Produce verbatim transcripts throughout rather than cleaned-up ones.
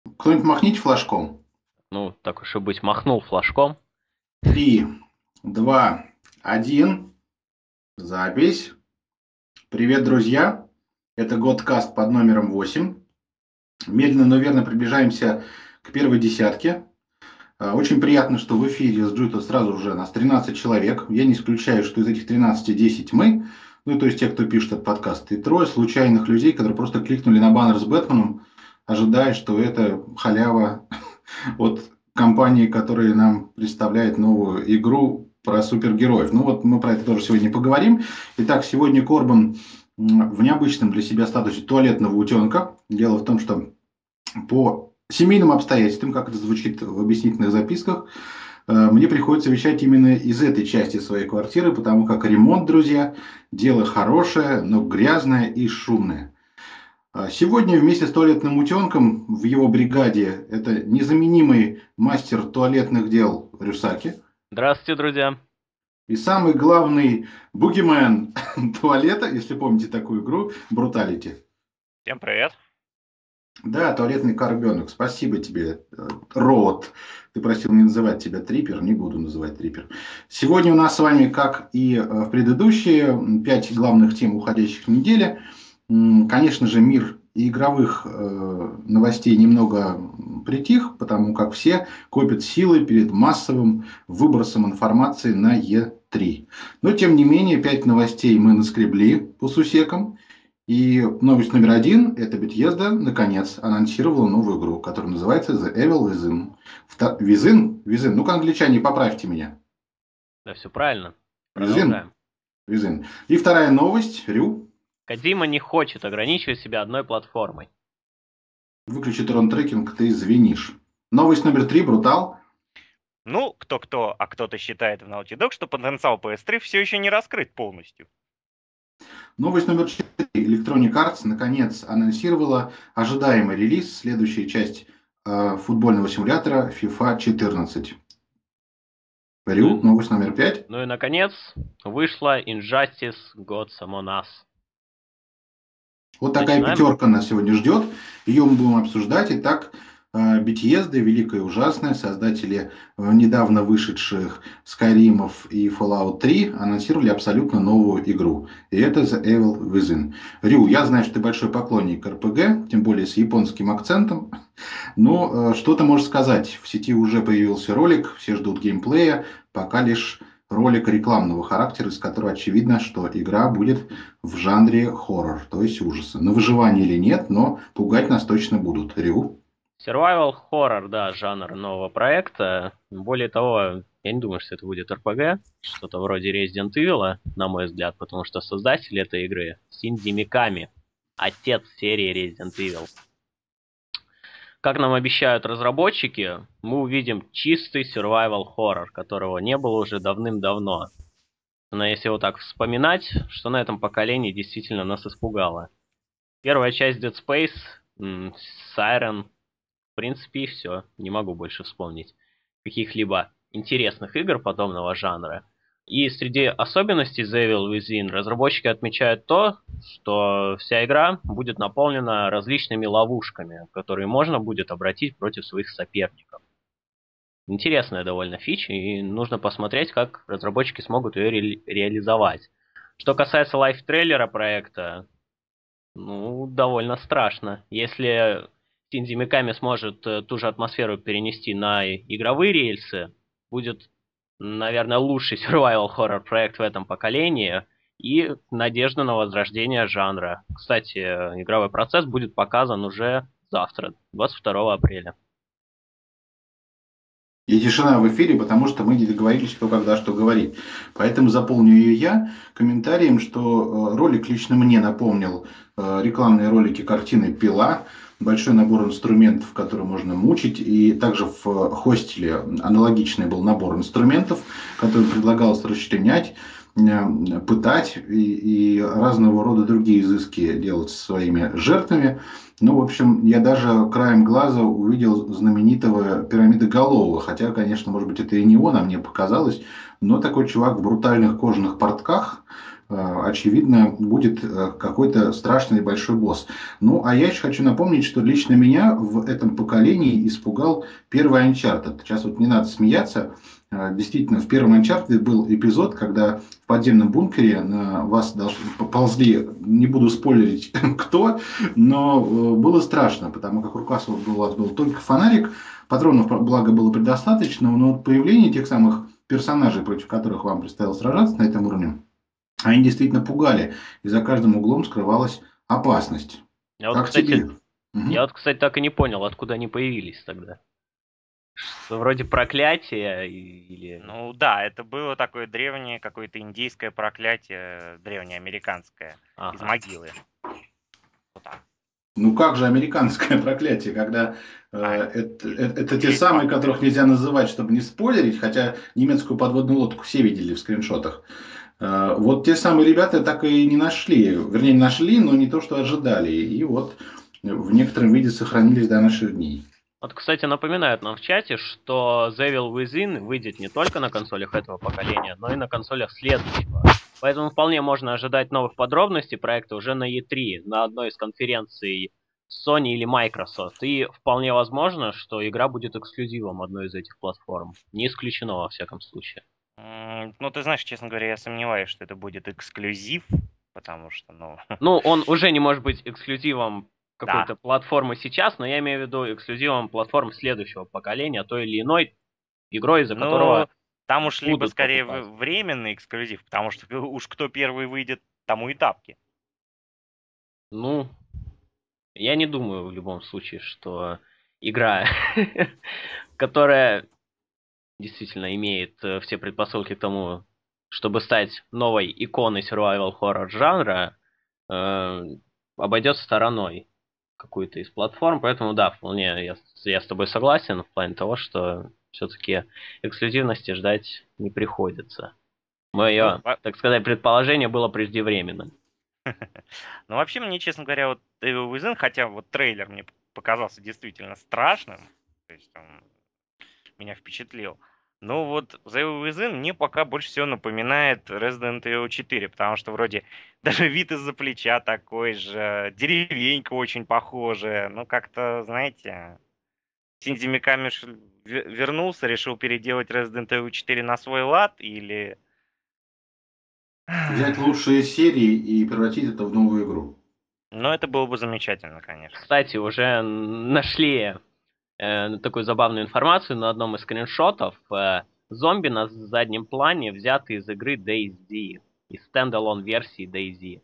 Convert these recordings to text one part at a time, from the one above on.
Кто-нибудь махните флажком. Ну, так уж и быть, махнул флажком. Три, два, один. Запись. Привет, друзья. Это Годкаст под номером восемь. Медленно, но верно приближаемся к первой десятке. А, Очень приятно, что в эфире с Джуто сразу уже нас тринадцать человек. Я не исключаю, что из этих тринадцати десять мы. Ну, то есть те, кто пишет этот подкаст. И трое случайных людей, которые просто кликнули на баннер с Бэтменом, ожидая, что это халява от компании, которая нам представляет новую игру про супергероев. Ну вот мы про это тоже сегодня поговорим. Итак, сегодня Корбан в необычном для себя статусе туалетного утенка. Дело в том, что по семейным обстоятельствам, как это звучит в объяснительных записках, э, мне приходится вещать именно из этой части своей квартиры, потому как ремонт, друзья, дело хорошее, но грязное и шумное. А Сегодня вместе с туалетным утенком в его бригаде это незаменимый мастер туалетных дел Рюсаки Здравствуйте, друзья. и самый главный бугимен туалета, если помните такую игру, Бруталити. Всем привет. Да, туалетный карбенок. Спасибо тебе, э, Роот. Ты просил не называть тебя Трипер, не буду называть Трипер. Сегодня у нас с вами, как и э, в предыдущие, м, пять главных тем уходящих недели. М, Конечно же, мир игровых э, новостей немного притих, потому как все копят силы перед массовым выбросом информации на Е три. Но, тем не менее, пять новостей мы наскребли по сусекам. И новость номер один – это Bethesda, наконец, анонсировала новую игру, которая называется The Evil Within. Вта- Within? Within. Ну-ка, англичане, поправьте меня. Да, все правильно. Within? Продолжаем. Within. И вторая новость. Рю. Кодзима не хочет ограничивать себя одной платформой. Выключи трон-трекинг, ты звенишь. Новость номер три. Брутал. Ну, кто-кто, а кто-то считает в Naughty Dog, что потенциал пи эс три все еще не раскрыт полностью. Новость номер четыре. Electronic Arts, наконец, анонсировала ожидаемый релиз, следующая часть э, футбольного симулятора FIFA четырнадцать. Ну Рю. и, Новость номер пять. ну и, наконец, вышла Injustice Gods Among Us. Вот такая Начинаем? пятерка нас сегодня ждет. Ее мы будем обсуждать. Итак, э, Bethesda, великая и ужасная, создатели э, недавно вышедших Skyrim'ов и Fallout три, анонсировали абсолютно новую игру. И это The Evil Within. Рю, я знаю, что ты большой поклонник эр пи джи, тем более с японским акцентом. Но э, что ты можешь сказать? В сети уже появился ролик, все ждут геймплея, пока лишь ролик рекламного характера, из которого очевидно, что игра будет в жанре хоррор, то есть ужасы. На выживание или нет, но пугать нас точно будут. Рю? Survival Horror, да, жанр нового проекта. Более того, я не думаю, что это будет эр пи джи, что-то вроде Resident Evil, на мой взгляд, потому что создатель этой игры Синдзи Миками, отец серии Resident Evil. Как нам обещают разработчики, мы увидим чистый survival horror, которого не было уже давным-давно. Но если вот так вспоминать, что на этом поколении действительно нас испугало. Первая часть Dead Space, м, Siren, в принципе и все. Не могу больше вспомнить каких-либо интересных игр подобного жанра. И среди особенностей The Evil Within разработчики отмечают то, что вся игра будет наполнена различными ловушками, которые можно будет обратить против своих соперников. Интересная довольно фича, и нужно посмотреть, как разработчики смогут ее ре- реализовать. Что касается лайф-трейлера проекта, ну, довольно страшно. Если Синдзи Миками сможет э, ту же атмосферу перенести на и- игровые рельсы, будет, наверное, лучший survival horror проект в этом поколении и надежда на возрождение жанра. Кстати, э, игровой процесс будет показан уже завтра, двадцать второго апреля. И тишина в эфире, потому что мы не договорились, кто когда что говорит. Поэтому заполню ее я комментарием, что э, ролик лично мне напомнил э, рекламные ролики картины «Пила». Большой набор инструментов, которые можно мучить. И также в э, хостеле аналогичный был набор инструментов, который предлагалось расчленять, э, пытать и, и разного рода другие изыски делать со своими жертвами. Ну, в общем, я даже краем глаза увидел знаменитого пирамидоголового, хотя, конечно, может быть, это и не он, а мне показалось, но такой чувак в брутальных кожаных портках, очевидно, будет э, какой-то страшный большой босс. Ну, а я еще хочу напомнить, что лично меня в этом поколении испугал первый Uncharted. Сейчас вот не надо смеяться. Э, Действительно, в первом Uncharted был эпизод, когда в подземном бункере на вас должны, поползли, не буду спойлерить, кто, но э, было страшно, потому как рука у вас был только фонарик, патронов, благо, было предостаточно, но вот появление тех самых персонажей, против которых вам предстояло сражаться на этом уровне, они действительно пугали, и за каждым углом скрывалась опасность. Я вот, Как кстати, тебе? Угу. я вот, кстати, так и не понял, откуда они появились тогда. Что вроде проклятия или... Ну да, это было такое древнее, какое-то индийское проклятие, древнеамериканское, из Ага. могилы. Вот так. Ну как же американское проклятие, когда э, А, это, это, это те есть самые, такое. которых нельзя называть, чтобы не спойлерить, хотя немецкую подводную лодку все видели в скриншотах. Э, вот те самые ребята так и не нашли, вернее нашли, но не то, что ожидали, и вот в некотором виде сохранились до наших дней. Вот, кстати, напоминают нам в чате, что The Evil Within выйдет не только на консолях этого поколения, но и на консолях следующего. Поэтому вполне можно ожидать новых подробностей проекта уже на и три, на одной из конференций Sony или Microsoft. И вполне возможно, что игра будет эксклюзивом одной из этих платформ. Не исключено, во всяком случае. М, Ну, ты знаешь, честно говоря, я сомневаюсь, что это будет эксклюзив, потому что, ну, Ну, он уже не может быть эксклюзивом да. какой-то платформы сейчас, но я имею в виду эксклюзивом платформ следующего поколения, той или иной игрой, из-за Ну, которого там уж либо будут скорее покупать. в- временный эксклюзив, потому что уж кто первый выйдет, тому и тапки. Ну, я не думаю в любом случае, что игра, которая действительно имеет э, все предпосылки к тому, чтобы стать новой иконой survival horror жанра, э, обойдет стороной какую-то из платформ. Поэтому да, вполне я, я с тобой согласен в плане того, что все-таки эксклюзивности ждать не приходится. Ну, Мое, во- так сказать, предположение было преждевременным. ну, вообще, мне, честно говоря, вот Evil Within, хотя вот трейлер мне показался действительно страшным, то есть он меня впечатлил. Но вот The Evil Within мне пока больше всего напоминает Resident Evil четыре, потому что вроде даже вид из-за плеча такой же, деревенька очень похожая. Ну, как-то, знаете, Синдзи Миками ш- ве- вернулся, решил переделать Resident Evil четыре на свой лад, или... Взять лучшие серии и превратить это в новую игру. Но это было бы замечательно, конечно. Кстати, уже нашли э, такую забавную информацию на одном из скриншотов. Э, зомби на заднем плане взяты из игры DayZ, из стендалон версии DayZ.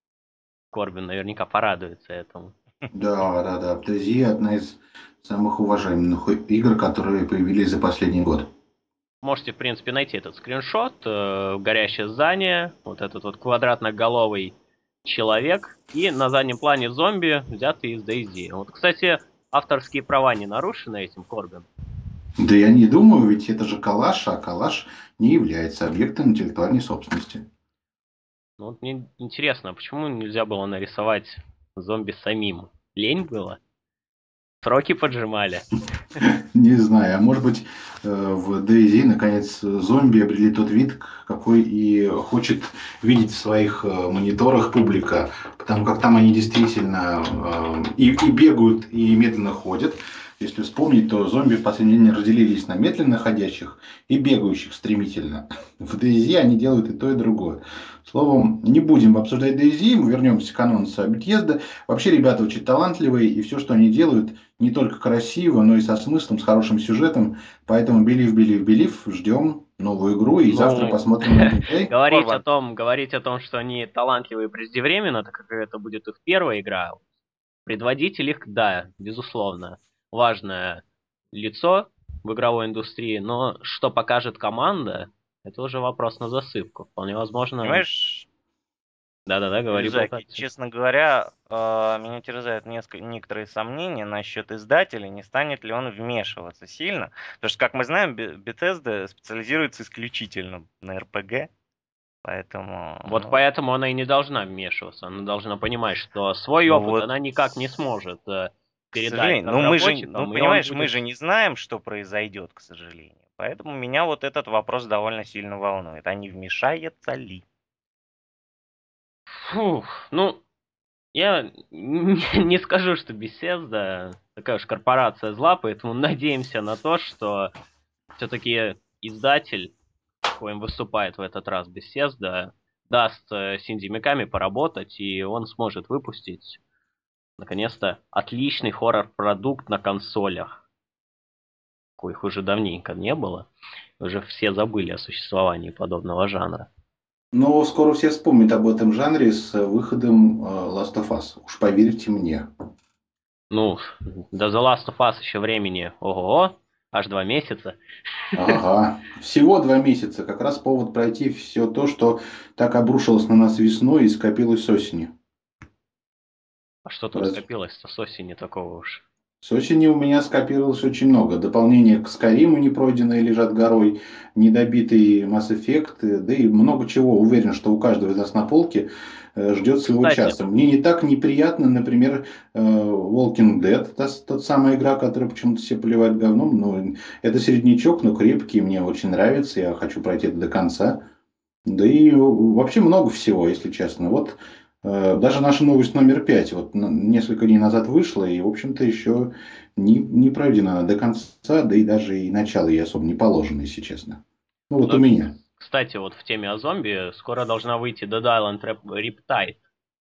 Корбин наверняка порадуется этому. Да, да, да. ТЗ одна из самых уважаемых игр, которые появились за последний год. Можете, в принципе, найти этот скриншот. Э, горящее здание, вот этот вот квадратноголовый человек, и на заднем плане зомби, взятый из DayZ. Вот, кстати, авторские права не нарушены этим, Корбин? Да я не думаю, ведь это же коллаж, а коллаж не является объектом интеллектуальной собственности. Ну, вот мне интересно, а почему нельзя было нарисовать зомби самим? Лень было? Сроки поджимали. Не знаю, а может быть э, в DayZ наконец зомби обрели тот вид, какой и хочет видеть в своих э, мониторах публика, потому как там они действительно э, и, и бегают, и медленно ходят. Если вспомнить, то зомби в последнее время разделились на медленно ходящих и бегающих стремительно. В DayZ они делают и то, и другое. Словом, не будем обсуждать DayZ, мы вернемся к анонсу Бетьезда. Вообще ребята очень талантливые, и все, что они делают, не только красиво, но и со смыслом, с хорошим сюжетом. Поэтому Believe, Believe, Believe, ждем новую игру, и завтра Ну, посмотрим на геймплей. говорить о Корван, том, говорить о том, что они талантливые преждевременно, так как это будет их первая игра, предводитель их, да, безусловно, важное лицо в игровой индустрии, но что покажет команда, это уже вопрос на засыпку. Вполне возможно... понимаешь, Да-да-да, говори, Жаки, болтать. честно говоря, э, меня терзают несколько, некоторые сомнения насчет издателя, не станет ли он вмешиваться сильно. Потому что, как мы знаем, Бе- Bethesda специализируется исключительно на эр пи джи, поэтому, Вот ну, поэтому она и не должна вмешиваться. Она должна понимать, что свой ну опыт вот, она никак не сможет э, к передать сожалению, ну мы же, ну разработчикам, и он понимаешь, мы будет... же не знаем, что произойдет, к сожалению. Поэтому меня вот этот вопрос довольно сильно волнует. А не вмешается ли? Фух, ну, я не не скажу, что Bethesda такая уж корпорация зла, поэтому надеемся на то, что все-таки издатель, коим выступает в этот раз Bethesda, даст э, Синдзи Миками поработать, и он сможет выпустить, наконец-то, отличный хоррор-продукт на консолях, коих уже давненько не было. Уже все забыли о существовании подобного жанра. Но скоро все вспомнят об этом жанре с выходом э, Last of Us. Уж поверьте мне. Ну, до The Last of Us еще времени, ого, аж два месяца. Ага. Всего два месяца. Как раз повод пройти все то, что так обрушилось на нас весной и скопилось с осени. А что там Раз- скопилось-то с осени такого уж? С осени у меня скопировалось очень много. Дополнения к Скайриму не пройденные лежат горой, недобитый Mass Effect, э, да и много чего. Уверен, что у каждого из нас на полке э, ждет своего Кстати, часа. Мне не так неприятно, например, э, Walking Dead, та, тот самая игра, которая почему-то все поливает говном. Ну, это середнячок, но крепкий, мне очень нравится, я хочу пройти это до конца. Да и вообще много всего, если честно. Вот э, даже наша новость номер пять вот н- несколько дней назад вышла, и, в общем-то, еще не, не пройдена она до конца, да и даже и начало ей особо не положено, если честно. Ну вот у ну, меня. кстати, вот в теме о зомби скоро должна выйти Dead Island Rep- Riptide,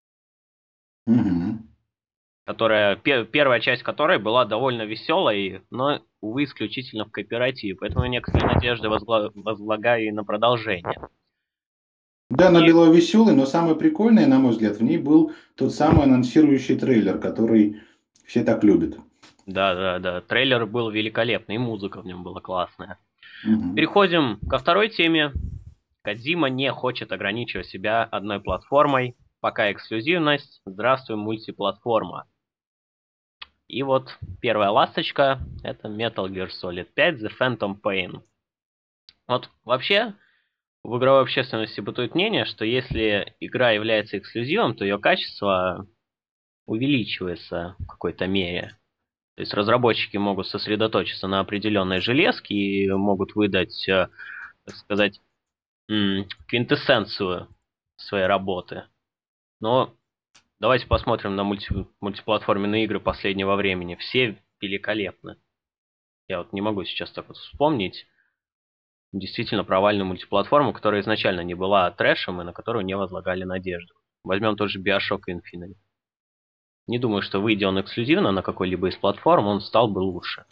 Мгм. которая, пе- первая часть которой была довольно веселой, но, увы, исключительно в кооперативе. Поэтому я некоторые надежды возгла- возлагаю и на продолжение. Да, она И была веселой, но самое прикольное, на мой взгляд, в ней был тот самый анонсирующий трейлер, который все так любят. да, да, да, трейлер был великолепный, и музыка в нем была классная. Мгм. Переходим ко второй теме. Кодзима не хочет ограничивать себя одной платформой. Пока эксклюзивность, здравствуй, мультиплатформа. И вот первая ласточка — это Metal Gear Solid пять The Phantom Pain. Вот вообще в игровой общественности бытует мнение, что если игра является эксклюзивом, то ее качество увеличивается в какой-то мере. То есть разработчики могут сосредоточиться на определенной железке и могут выдать, э, так сказать, м, квинтэссенцию своей работы. Но давайте посмотрим на мульти мультиплатформенные игры последнего времени. Все великолепны. Я вот не могу сейчас так вот вспомнить действительно провальную мультиплатформу, которая изначально не была трэшем и на которую не возлагали надежду. Возьмем тот же Bioshock Infinite. Не думаю, что выйдя он эксклюзивно на какой-либо из платформ, он стал бы лучше.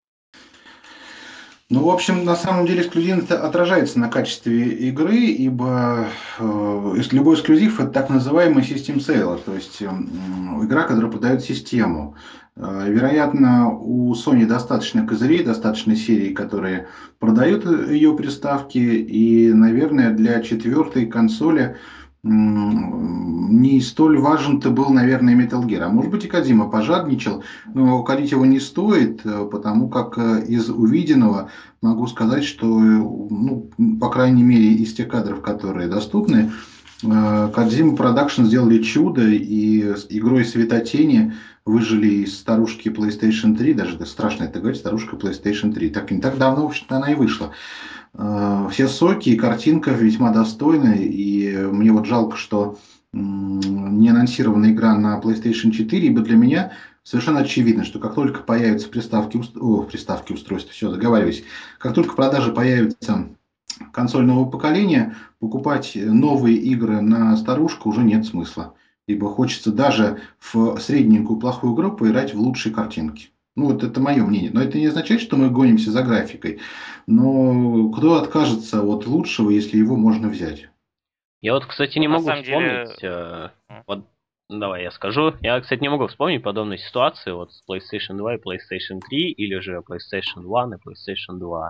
Ну, в общем, на самом деле эксклюзивность отражается на качестве игры, ибо э, ис- любой эксклюзив это так называемый систем сейлор, то есть м, игра, которая продает систему. Э, вероятно, у Sony достаточно козырей, достаточно серий, которые продают ее приставки, и, наверное, для четвертой консоли м, не столь важен-то был, наверное, Metal Gear. А может быть, и Кодзима пожадничал, но укорить его не стоит, э, потому как э, из увиденного могу сказать, что, ну, по крайней мере, из тех кадров, которые доступны, э, Кодзима Продакшн сделали чудо, и с игрой Светотени выжили из старушки PlayStation три, даже это страшно это говорить, старушка PlayStation три. Так, не так давно, в общем-то, она и вышла. Э, Все соки и картинка весьма достойны, и мне вот жалко, что м, не анонсирована игра на PlayStation четыре, ибо для меня совершенно очевидно, что как только появятся приставки, ус- о, приставки устройства, все, заговариваюсь, как только в продаже появится консоль нового поколения, покупать новые игры на старушку уже нет смысла. Ибо хочется даже в средненькую плохую игру поиграть в лучшие картинки. Ну, вот это мое мнение. Но это не означает, что мы гонимся за графикой. Но кто откажется от лучшего, если его можно взять? Я вот, кстати, Ну, не на могу самом деле, вспомнить... э, м, вот, давай я скажу. Я, кстати, не могу вспомнить подобной ситуации вот с PlayStation два и PlayStation три, или же PlayStation один и PlayStation два.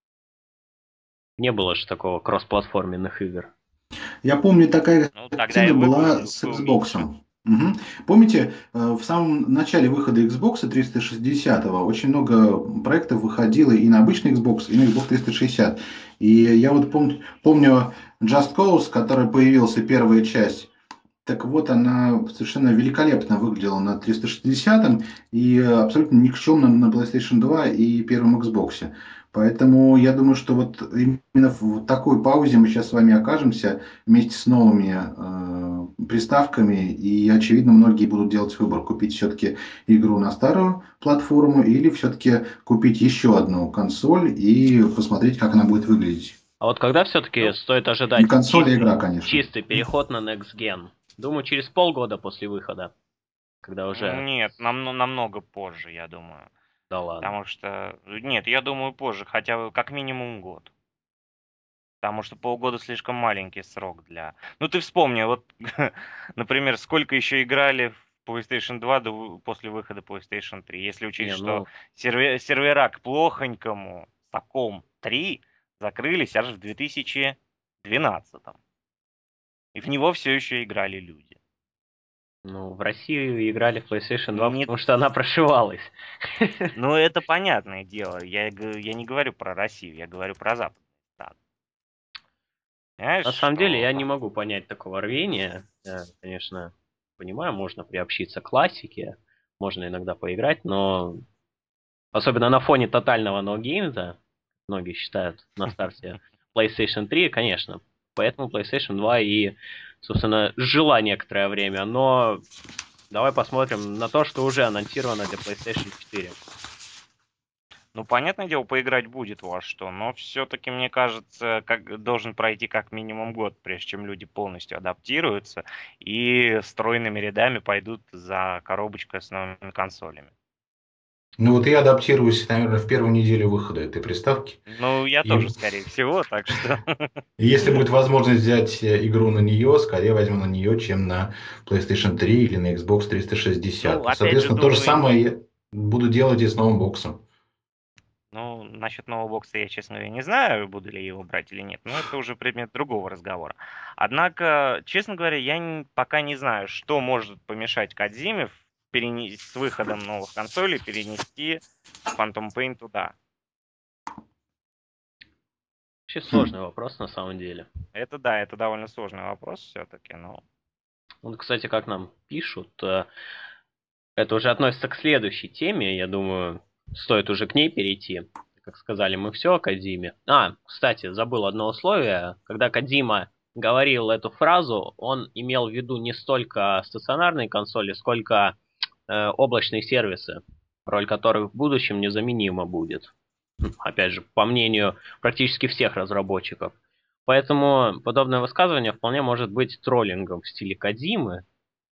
Не было же такого кроссплатформенных игр. Я помню, такая ну, тогда и картина вы была бы с поумничали. Xbox. Мгм. Помните, э, в самом начале выхода Xbox триста шестьдесят очень много проектов выходило и на обычный Xbox, и на Xbox триста шестьдесят. И я вот пом- помню Just Cause, который появился первая часть. Так вот, она совершенно великолепно выглядела на триста шестидесятом и абсолютно никчемно на PlayStation два и первом Xbox. Поэтому я думаю, что вот именно в такой паузе мы сейчас с вами окажемся вместе с новыми э, приставками. И, очевидно, многие будут делать выбор, купить все-таки игру на старую платформу или все-таки купить еще одну консоль и посмотреть, как она будет выглядеть. А вот когда все-таки Ну, стоит Не ожидать консоль, а чистый, игра, конечно. чистый переход на Next Gen? Думаю, через полгода после выхода, когда уже... нет, нам, намного позже, я думаю. Да ладно. Потому что, нет, я думаю, позже, хотя бы как минимум год. Потому что полгода слишком маленький срок для... Ну, ты вспомни, вот, например, сколько еще играли в PlayStation два до, вы- после выхода PlayStation три. Если учесть, Не, что ну, серве- сервера к плохонькому таком три закрылись аж в две тысячи двенадцатом. И в него все еще играли люди. ну, в России играли в PlayStation два, Не... потому что она прошивалась. Ну, это понятное дело. Я, г- я не говорю про Россию, я говорю про Запад. Знаешь, На самом деле, что... я не могу понять такого рвения. Я, конечно, понимаю, можно приобщиться к классике, можно иногда поиграть, но особенно на фоне тотального ноугеймза, многие считают на старте PlayStation три, конечно. Поэтому PlayStation два и, собственно, жила некоторое время. Но давай посмотрим на то, что уже анонсировано для PlayStation четыре. Ну, понятное дело, поиграть будет во что, но все-таки, мне кажется, как должен пройти как минимум год, прежде чем люди полностью адаптируются и стройными рядами пойдут за коробочкой с новыми консолями. Ну вот я адаптируюсь, наверное, в первую неделю выхода этой приставки. Ну, я И тоже, скорее всего, так что... и если будет возможность взять э, игру на нее, скорее возьму на нее, чем на PlayStation три или на Xbox триста шестьдесят. Ну, И, опять же, соответственно, то же думаю, самое не... я буду делать и с новым боксом. Ну, насчет нового бокса я, честно говоря, не знаю, буду ли его брать или нет, но это уже предмет другого разговора. Однако, честно говоря, я н- пока не знаю, что может помешать Кодзиме в перене- с выходом новых консолей перенести Phantom Pain туда. Вообще Хм. сложный вопрос на самом деле. Это да, это довольно сложный вопрос все-таки, но... Вот, кстати, как нам пишут, э, это уже относится к следующей теме, я думаю, стоит уже к ней перейти. Как сказали, мы все о Кодзиме. А, кстати, забыл одно условие. Когда Кодзима говорил эту фразу, он имел в виду не столько стационарные консоли, сколько э, облачные сервисы, роль которых в будущем незаменима будет. Опять же, по мнению практически всех разработчиков. Поэтому подобное высказывание вполне может быть троллингом в стиле Кодзимы,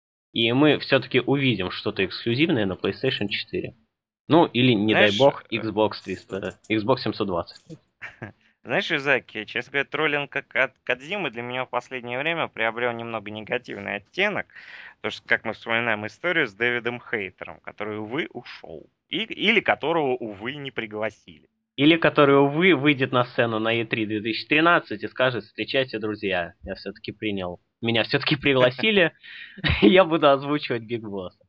и мы все-таки увидим что-то эксклюзивное на PlayStation четыре. Ну, или, не дай Знаешь, бог, э, Xbox с- триста, Xbox семьсот двадцать. знаешь, Изаки, честно говоря, троллинг как от Кодзимы для меня в последнее время приобрел немного негативный оттенок. Потому что, как мы вспоминаем историю с Дэвидом Хейтером, который, увы, ушел. И, или которого, увы, не пригласили. Или который, увы, выйдет на сцену на и три две тысячи тринадцать и скажет: встречайте, друзья, я все-таки принял, меня все-таки пригласили, я буду озвучивать Биг Босса.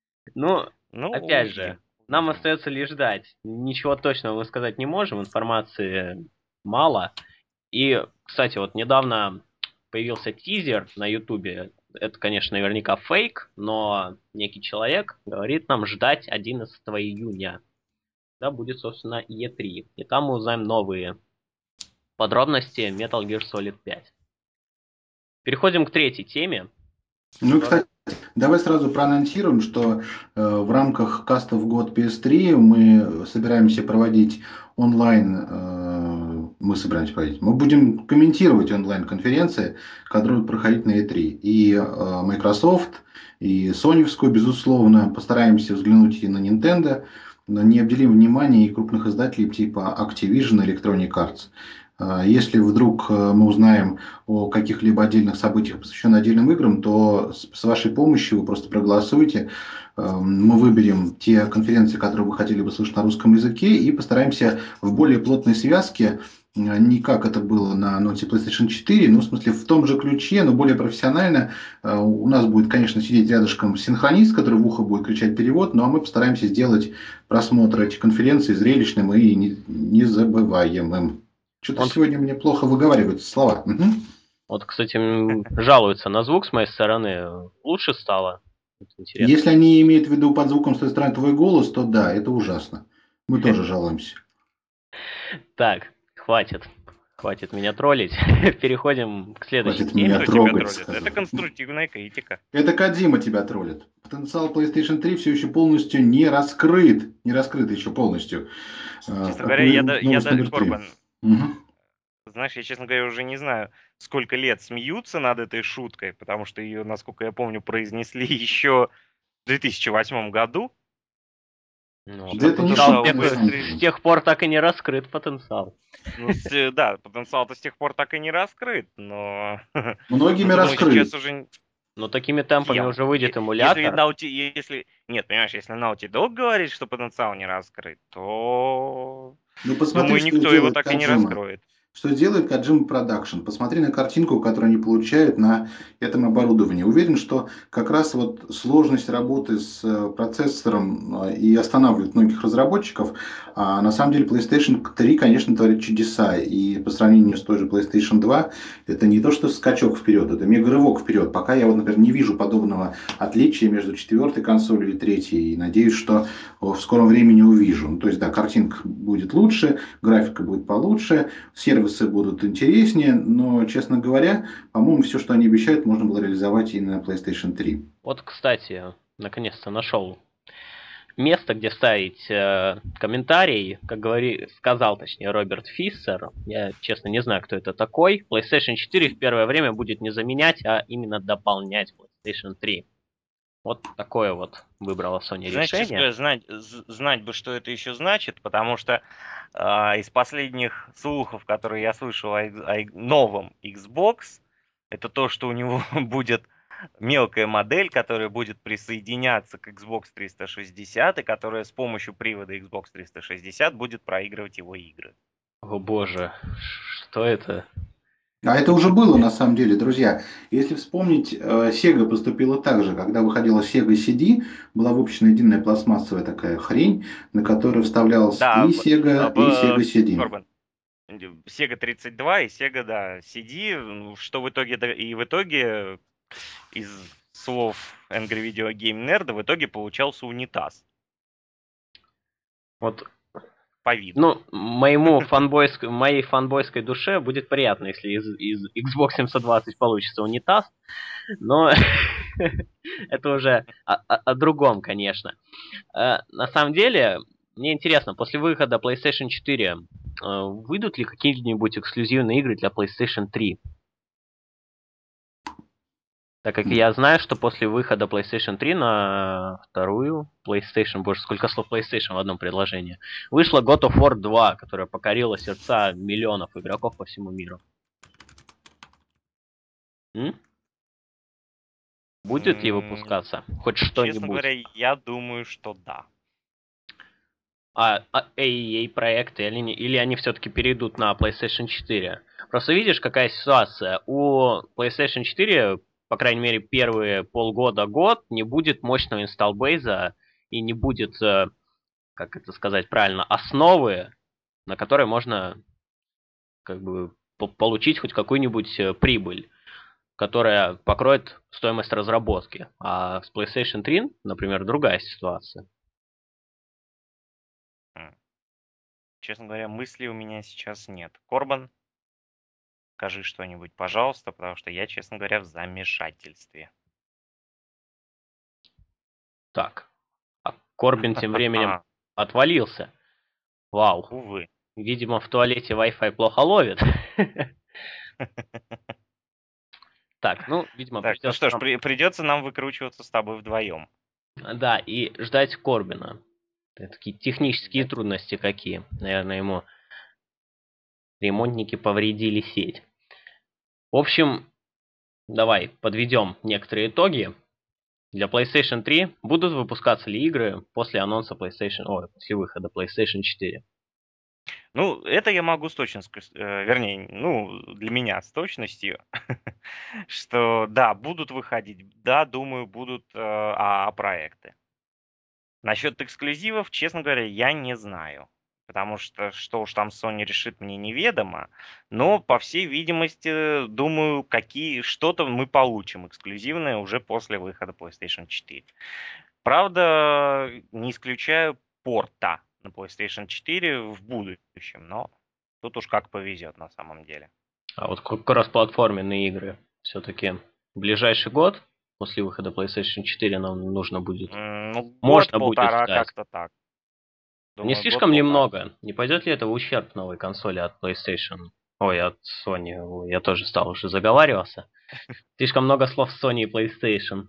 Ну, Ну, опять же, увидим. нам Увидим. остается лишь ждать. Ничего точного мы сказать не можем, информации мало. И, кстати, вот недавно появился тизер на Ютубе. Это, конечно, наверняка фейк, но некий человек говорит нам ждать одиннадцатого июня. Да, будет, собственно, и три. И там мы узнаем новые подробности Metal Gear Solid пять. Переходим к третьей теме. Ну и, которая- кстати, давай сразу проанонсируем, что э, в рамках каста в год пи эс три мы собираемся проводить онлайн, э, мы собираемся проводить, мы будем комментировать онлайн-конференции, которые будут проходить на и три. И э, Microsoft, и Sony'вскую, безусловно, постараемся взглянуть и на Nintendo, но не обделим внимания и крупных издателей типа Activision, Electronic Arts. Э, Если вдруг э, мы узнаем о каких-либо отдельных событиях, посвященных отдельным играм, то с, с вашей помощью вы просто проголосуйте. Э, Мы выберем те конференции, которые вы хотели бы слышать на русском языке, и постараемся в более плотной связке, э, не как это было на ноте PlayStation четыре, ну, в смысле, в том же ключе, но более профессионально. Э, У нас будет, конечно, сидеть рядышком синхронист, который в ухо будет кричать перевод, ну, а мы постараемся сделать просмотр этих конференций зрелищным и не- незабываемым. Что-то Он, сегодня мне плохо выговариваются слова. Мгм. Вот, кстати, м, жалуются на звук с моей стороны. Лучше стало. Это интересно. Если они имеют в виду под звуком с той стороны твой голос, то да, это ужасно. Мы тоже жалуемся. Так, хватит. Хватит меня троллить. Переходим к следующей Хватит теме. меня Кто тебя трогать, троллит? сказал. Это конструктивная критика. Это Кодзима тебя троллит. Потенциал PlayStation три все еще полностью не раскрыт. Не раскрыт еще полностью. А, Честно Как говоря, я, вы- да, я новость да, номер три. Корбан, Мгм. знаешь, я, честно говоря, уже не знаю, сколько лет смеются над этой шуткой, потому что ее, насколько я помню, произнесли еще в две тысячи восьмом году. Ну, Да это не потенциал потенциал шутка, с на тех, самом PlayStation... с деле. тех пор так и не раскрыт потенциал. Ну, с- э, да, потенциал-то с тех пор так и не раскрыт, но... Многими Ну, думаю, сейчас раскрыт. уже Но такими темпами кем? уже выйдет Е- Если эмулятор. Naughty... Если... Нет, понимаешь, если Naughty Dog говорит, что потенциал не раскрыт, то... Ну посмотри, Думаю, что никто его делает так и не Коджима. раскроет. Что делает Kojima Production? Посмотри на картинку, которую они получают на этом оборудовании. Уверен, что как раз вот сложность работы с э, процессором э, и останавливает многих разработчиков. А на самом деле PlayStation три, конечно, творит чудеса. И по сравнению с той же PlayStation два, это не то, что скачок вперед, это мега-рывок вперед. Пока я вот, например, не вижу подобного отличия между четвертой консолью и третьей. И надеюсь, что в скором времени увижу. Ну, то есть, да, картинка будет лучше, графика будет получше, сервисы будут интереснее, но, честно говоря, по-моему, все, что они обещают, можно было реализовать и на PlayStation три. Вот, кстати, наконец-то нашел место, где вставить э, комментарий, как говори, сказал, точнее, Роберт Фиссер. Я, честно, не знаю, кто это такой. PlayStation четыре в первое время будет не заменять, а именно дополнять PlayStation три. Вот такое вот выбрала Sony Знаешь, честно решение. говоря, знать, з- знать бы, что это еще значит, потому что а, из последних слухов, которые я слышал о, икс- о ик- новом Xbox, это то, что у него будет мелкая модель, которая будет присоединяться к Xbox триста шестьдесят, и которая с помощью привода Xbox триста шестьдесят будет проигрывать его игры. О боже, что это? А это уже было, на самом деле, друзья. Если вспомнить, э, Sega поступила так же. Когда выходила Sega си ди, была выпущена единая пластмассовая такая хрень, на которую вставлялась Да, и б- а, Sega, и б- Sega си ди. Корбан, Sega тридцать два и Sega, да, си ди, ну, что в итоге, да- и в итоге из слов Angry Video Game Nerd в итоге получался унитаз Вот, по виду. ну, моему фанбойск... моей фанбойской душе будет приятно, если из, из Xbox семьсот двадцать получится унитаз, но это уже о, о- о другом, конечно. Э, На самом деле, мне интересно, после выхода PlayStation четыре э, выйдут ли какие-нибудь эксклюзивные игры для PlayStation три? Так как Хм. я знаю, что после выхода PlayStation три на вторую PlayStation, боже, сколько слов PlayStation в одном предложении, вышла God of War два, которая покорила сердца миллионов игроков по всему миру. М? Будет ли М, выпускаться хоть Честно что-нибудь? говоря, я думаю, что да. А, а эй эй проекты, или, не- или они все-таки перейдут на PlayStation четыре? Просто видишь, какая ситуация. У PlayStation четыре, по крайней мере, первые полгода-год не будет мощного инсталлбейза и не будет, э, как это сказать правильно, основы, на которой можно как бы по- получить хоть какую-нибудь э, прибыль, которая покроет стоимость разработки. А с PlayStation три, например, другая ситуация. М, Честно говоря, мыслей у меня сейчас нет. Корбан, скажи что-нибудь, пожалуйста, потому что я, честно говоря, в замешательстве. Так, а Корбин тем временем отвалился. Вау. Увы. Видимо, в туалете Wi-Fi плохо ловит. Так, ну, видимо, Так, ну придется что ж, нам... при- придется нам выкручиваться с тобой вдвоем. Да, и ждать Корбина. Это такие технические Да. трудности какие. Наверное, ему ремонтники повредили сеть. В общем, давай подведем некоторые итоги. Для PlayStation три будут выпускаться ли игры после анонса PlayStation... Ой, после выхода PlayStation четыре? Ну, это я могу с точностью, с- э, вернее, ну, для меня с точностью, что да, будут выходить, да, думаю, будут э, а, проекты. Насчет эксклюзивов, честно говоря, я не знаю. потому что что уж там Sony решит, мне неведомо. Но, по всей видимости, думаю, какие что-то мы получим эксклюзивное уже после выхода PlayStation четыре. Правда, не исключаю порта на PlayStation четыре в будущем, но тут уж как повезет на самом деле. А вот к- кроссплатформенные игры все-таки в ближайший год после выхода PlayStation четыре нам нужно будет, М, Ну, можно будет год-полтора ждать. как-то так. Не Думаю, слишком ли год-полтора. много? Не пойдет ли это в ущерб новой консоли от PlayStation? Ой, от Sony. Ой, я тоже стал уже заговариваться. Слишком много слов Sony и PlayStation.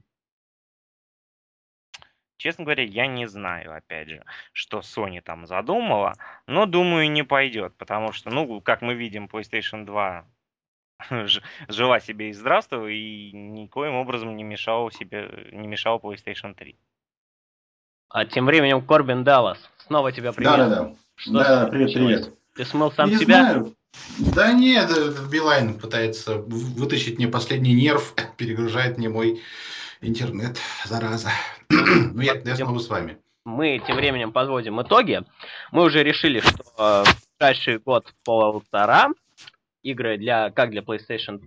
Честно говоря, я не знаю, опять же, что Sony там задумала, но думаю, не пойдет, потому что, ну, как мы видим, PlayStation два ж- жила себе и здравствовала, и никоим образом не мешала себе, не мешала PlayStation три. А тем временем Корбин Даллас. Снова тебя приветствую. Да-да-да. Что с Да, тобой привет, случилось? привет. Ты смыл сам Не себя? знаю. Да нет, э, Билайн пытается в- вытащить мне последний нерв, перегружает мне мой интернет, зараза. Ну, Ну, я, я подводим- снова с вами. мы тем временем подводим итоги. Мы уже решили, что э, в ближайший год-полтора игры для как для PlayStation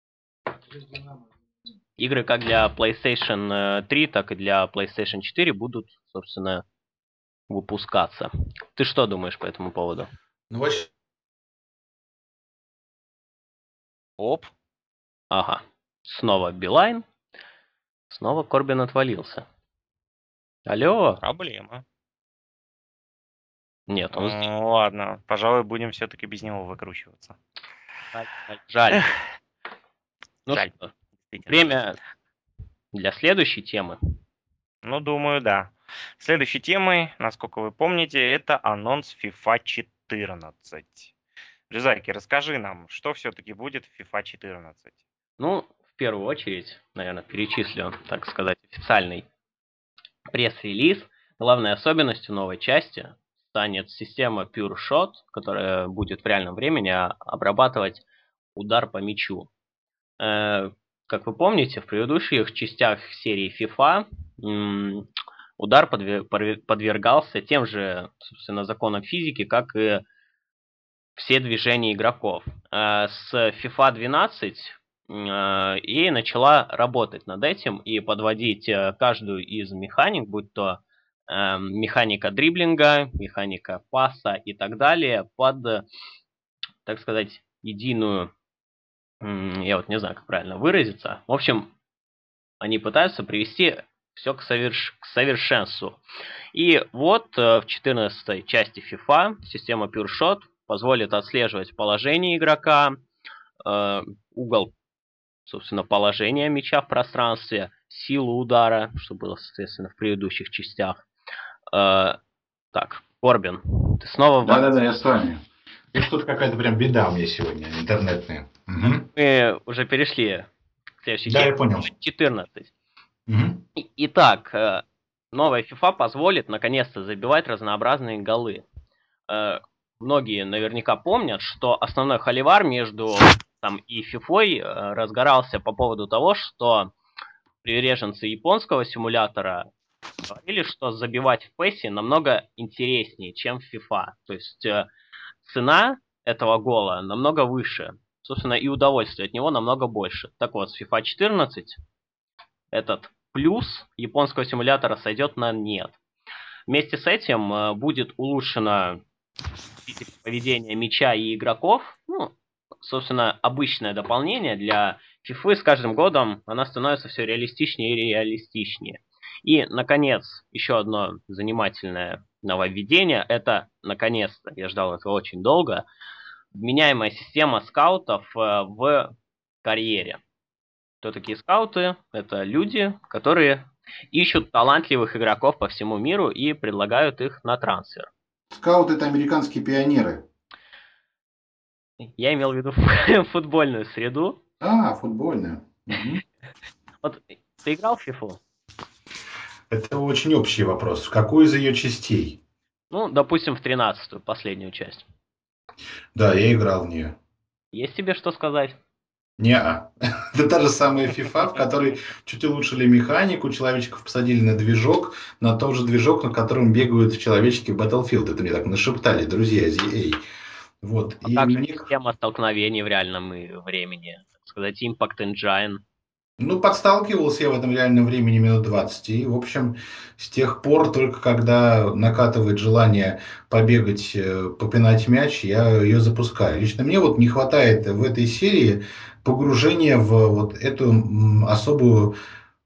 игры как для PlayStation э, три, так и для PlayStation четыре будут, собственно, выпускаться. Ты что думаешь по этому поводу? Ну, вообще, Оп, Ага. Снова Билайн. Снова Корбин отвалился. Алло? проблема. Нет, он здесь. М, Ладно, пожалуй, будем все-таки без него выкручиваться. Жаль. жаль, Жаль. Эх, Ну жаль, что, действительно. время для следующей темы. Ну, думаю, да. Следующей темой, насколько вы помните, это анонс FIFA четырнадцать. Рязаки, расскажи нам, что все-таки будет в FIFA четырнадцать? Ну, в первую очередь, наверное, перечислю, так сказать, официальный пресс-релиз. Главной особенностью новой части станет система Pure Shot, которая будет в реальном времени а, обрабатывать удар по мячу. Э, Как вы помните, в предыдущих частях серии FIFA м, удар подве- порве- подвергался тем же, собственно, законам физики, как и все движения игроков. Э, С FIFA двенадцать э, и начала работать над этим и подводить э, каждую из механик, будь то э, механика дриблинга, механика паса и так далее, под, э, так сказать, единую, м, я вот не знаю, как правильно выразиться. В общем, они пытаются привести все к, соверш... к совершенству. И вот э, в четырнадцатой части FIFA система Pure Shot позволит отслеживать положение игрока, э, угол, собственно, положения мяча в пространстве, силу удара, что было, соответственно, в предыдущих частях. Э, так, Корбин, ты снова в... да-да-да, я с вами. И что-то какая-то прям беда у меня сегодня интернетная. Мгм. Мы уже перешли к следующей Да, я теме, понял. четырнадцать. Мгм. И- Итак, э, новая FIFA позволит наконец-то забивать разнообразные голы. Э, Многие наверняка помнят, что основной холивар между там, и фифой э, разгорался по поводу того, что приверженцы японского симулятора говорили, что забивать в пэсе намного интереснее, чем в FIFA. То есть э, цена этого гола намного выше. Собственно, и удовольствие от него намного больше. Так вот, с FIFA четырнадцать этот плюс японского симулятора сойдет на нет. Вместе с этим э, будет улучшено поведение мяча и игроков. Ну, собственно, обычное дополнение для FIFA. С каждым годом она становится все реалистичнее и реалистичнее. И, наконец, еще одно занимательное нововведение. Это, наконец-то, я ждал этого очень долго, вменяемая система скаутов э, в карьере. Кто такие скауты? Это люди, которые ищут талантливых игроков по всему миру и предлагают их на трансфер. Скауты — это американские пионеры. Я имел в виду футбольную среду. А, футбольная. Мгм. Вот ты играл в фифу? Это очень общий вопрос. В какую из ее частей? Ну, допустим, в тринадцатую, последнюю часть. Да, я играл в нее. Есть тебе что сказать? Неа. Это та же самая FIFA, в которой чуть улучшили механику, человечков посадили на движок, на тот же движок, на котором бегают человечки в Battlefield. Это мне так нашептали друзья из и эй. Вот. А И как же мне система столкновений в реальном и времени? Так сказать, Impact Engine. Ну, подсталкивался я в этом реальном времени минут двадцать. И, в общем, с тех пор, только когда накатывает желание побегать, э, попинать мяч, я ее запускаю. Лично мне вот не хватает в этой серии погружения в вот эту м, особую,